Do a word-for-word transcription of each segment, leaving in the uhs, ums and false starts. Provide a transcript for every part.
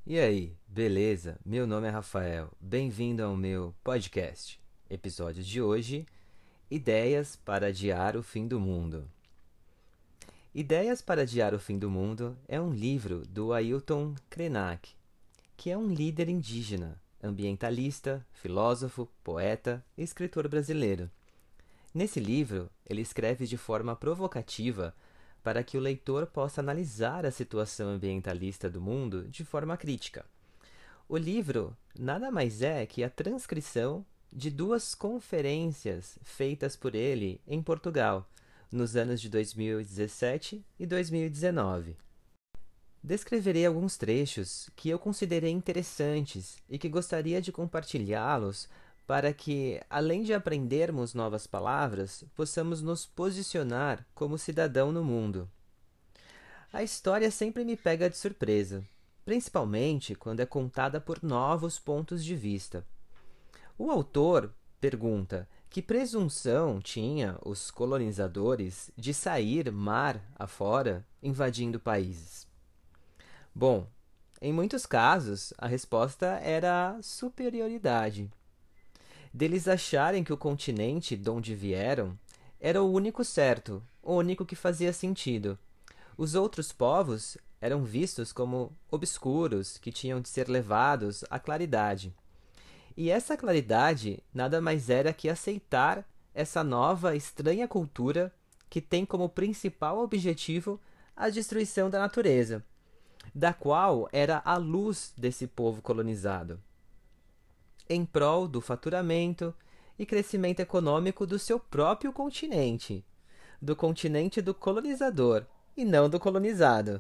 E aí, beleza? Meu nome é Rafael. Bem-vindo ao meu podcast. Episódio de hoje: Ideias para adiar o fim do mundo. Ideias para adiar o fim do mundo é um livro do Ailton Krenak, que é um líder indígena, ambientalista, filósofo, poeta e escritor brasileiro. Nesse livro, ele escreve de forma provocativa para que o leitor possa analisar a situação ambientalista do mundo de forma crítica. O livro nada mais é que a transcrição de duas conferências feitas por ele em Portugal, nos anos de dois mil e dezessete e dois mil e dezenove. Descreverei alguns trechos que eu considerei interessantes e que gostaria de compartilhá-los para que, além de aprendermos novas palavras, possamos nos posicionar como cidadão no mundo. A história sempre me pega de surpresa, principalmente quando é contada por novos pontos de vista. O autor pergunta que presunção tinha os colonizadores de sair mar afora invadindo países. Bom, em muitos casos, a resposta era a superioridade. Deles acharem que o continente de onde vieram era o único certo, o único que fazia sentido. Os outros povos eram vistos como obscuros, que tinham de ser levados à claridade. E essa claridade nada mais era que aceitar essa nova, estranha cultura que tem como principal objetivo a destruição da natureza, da qual era a luz desse povo colonizado, em prol do faturamento e crescimento econômico do seu próprio continente, do continente do colonizador e não do colonizado.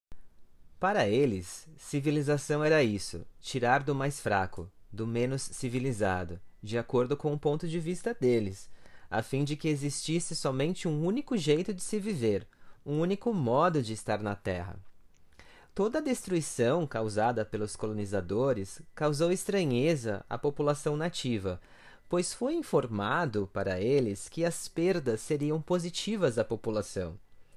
Para eles, civilização era isso: tirar do mais fraco, do menos civilizado, de acordo com o ponto de vista deles, a fim de que existisse somente um único jeito de se viver, um único modo de estar na Terra. Toda a destruição causada pelos colonizadores causou estranheza à população nativa, pois foi informado para eles que as perdas seriam positivas à população.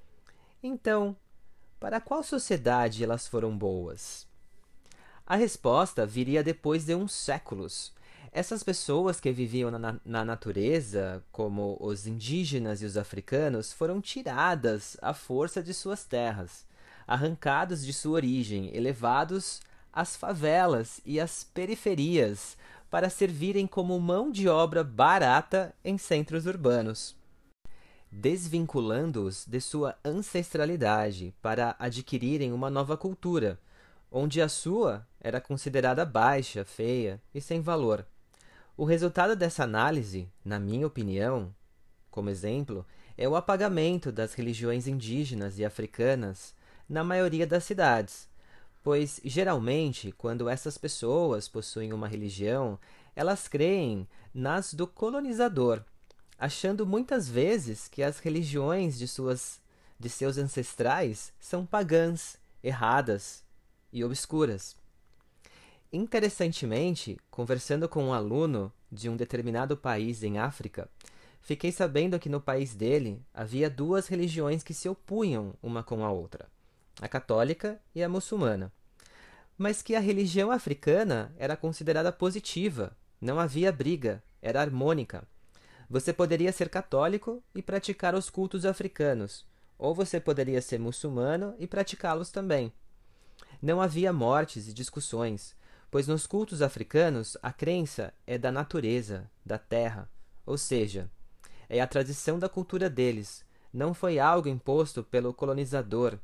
Então, para qual sociedade elas foram boas? A resposta viria depois de uns séculos. Essas pessoas que viviam na, na natureza, como os indígenas e os africanos, foram tiradas à força de suas terras, arrancados de sua origem, elevados às favelas e às periferias para servirem como mão de obra barata em centros urbanos, desvinculando-os de sua ancestralidade para adquirirem uma nova cultura, onde a sua era considerada baixa, feia e sem valor. O resultado dessa análise, na minha opinião, como exemplo, é o apagamento das religiões indígenas e africanas na maioria das cidades, pois, geralmente, quando essas pessoas possuem uma religião, elas creem nas do colonizador, achando muitas vezes que as religiões de, suas, de seus ancestrais são pagãs, erradas e obscuras. Interessantemente, conversando com um aluno de um determinado país em África, fiquei sabendo que no país dele havia duas religiões que se opunham uma com a outra, a católica e a muçulmana, mas que a religião africana era considerada positiva, não havia briga, era harmônica. Você poderia ser católico e praticar os cultos africanos, ou você poderia ser muçulmano e praticá-los também. Não havia mortes e discussões, pois nos cultos africanos a crença é da natureza, da terra, ou seja, é a tradição da cultura deles, não foi algo imposto pelo colonizador,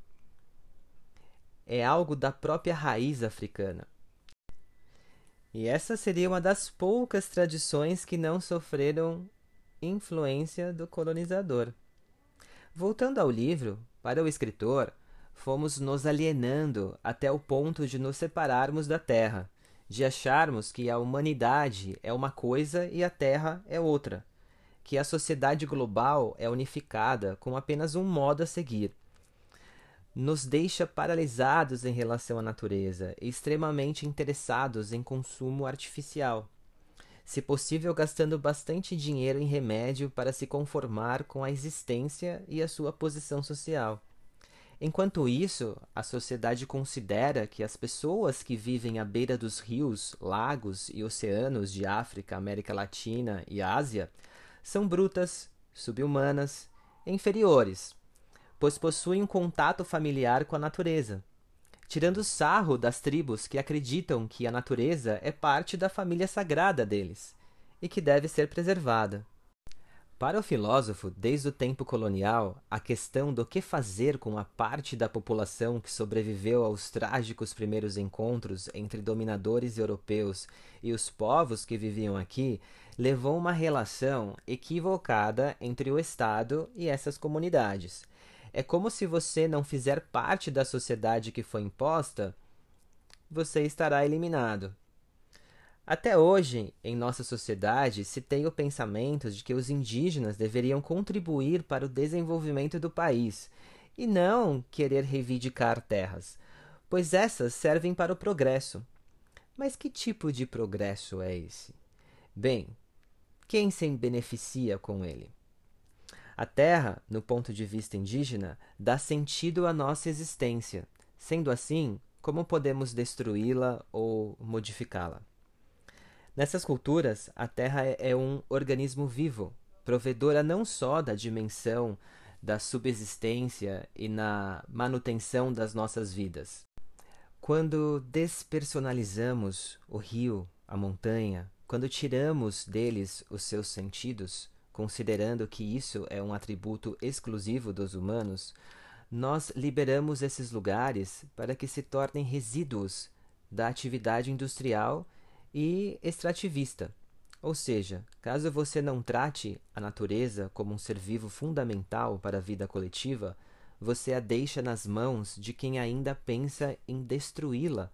é algo da própria raiz africana. E essa seria uma das poucas tradições que não sofreram influência do colonizador. Voltando ao livro, para o escritor, fomos nos alienando até o ponto de nos separarmos da Terra, de acharmos que a humanidade é uma coisa e a Terra é outra, que a sociedade global é unificada com apenas um modo a seguir. Nos deixa paralisados em relação à natureza e extremamente interessados em consumo artificial, se possível gastando bastante dinheiro em remédio para se conformar com a existência e a sua posição social. Enquanto isso, a sociedade considera que as pessoas que vivem à beira dos rios, lagos e oceanos de África, América Latina e Ásia são brutas, sub-humanas, inferiores, pois possuem um contato familiar com a natureza, tirando sarro das tribos que acreditam que a natureza é parte da família sagrada deles e que deve ser preservada. Para o filósofo, desde o tempo colonial, a questão do que fazer com a parte da população que sobreviveu aos trágicos primeiros encontros entre dominadores europeus e os povos que viviam aqui levou uma relação equivocada entre o Estado e essas comunidades. É como se você não fizer parte da sociedade que foi imposta, você estará eliminado. Até hoje, em nossa sociedade, se tem o pensamento de que os indígenas deveriam contribuir para o desenvolvimento do país e não querer reivindicar terras, pois essas servem para o progresso. Mas que tipo de progresso é esse? Bem, quem se beneficia com ele? A terra, no ponto de vista indígena, dá sentido à nossa existência. Sendo assim, como podemos destruí-la ou modificá-la? Nessas culturas, a Terra é um organismo vivo, provedora não só da dimensão da subsistência e na manutenção das nossas vidas. Quando despersonalizamos o rio, a montanha, quando tiramos deles os seus sentidos, considerando que isso é um atributo exclusivo dos humanos, nós liberamos esses lugares para que se tornem resíduos da atividade industrial e extrativista. Ou seja, caso você não trate a natureza como um ser vivo fundamental para a vida coletiva, você a deixa nas mãos de quem ainda pensa em destruí-la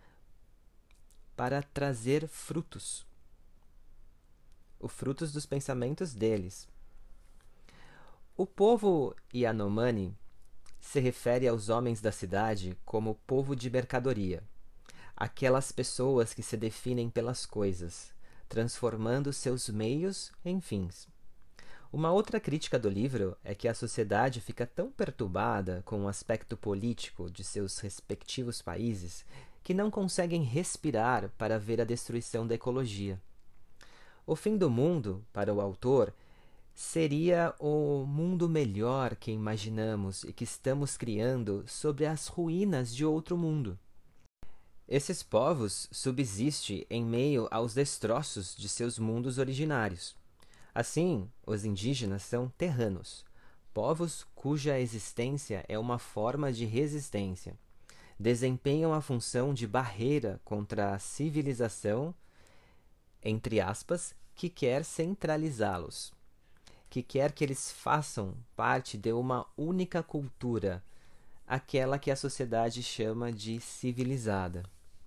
para trazer frutos. Os frutos dos pensamentos deles. O povo Yanomami se refere aos homens da cidade como povo de mercadoria. Aquelas pessoas que se definem pelas coisas, transformando seus meios em fins. Uma outra crítica do livro é que a sociedade fica tão perturbada com o aspecto político de seus respectivos países que não conseguem respirar para ver a destruição da ecologia. O fim do mundo, para o autor, seria o mundo melhor que imaginamos e que estamos criando sobre as ruínas de outro mundo. Esses povos subsistem em meio aos destroços de seus mundos originários. Assim, os indígenas são terranos, povos cuja existência é uma forma de resistência. Desempenham a função de barreira contra a civilização, entre aspas, que quer centralizá-los, que quer que eles façam parte de uma única cultura, aquela que a sociedade chama de civilizada.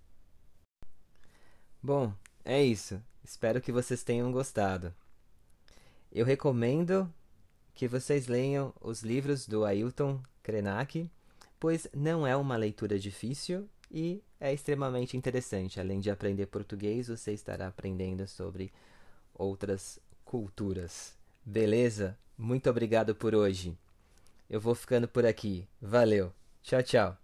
Bom, é isso. Espero que vocês tenham gostado. Eu recomendo que vocês leiam os livros do Ailton Krenak, pois não é uma leitura difícil e é extremamente interessante. Além de aprender português, você estará aprendendo sobre outras culturas. Beleza? Muito obrigado por hoje. Eu vou ficando por aqui. Valeu. Tchau, tchau.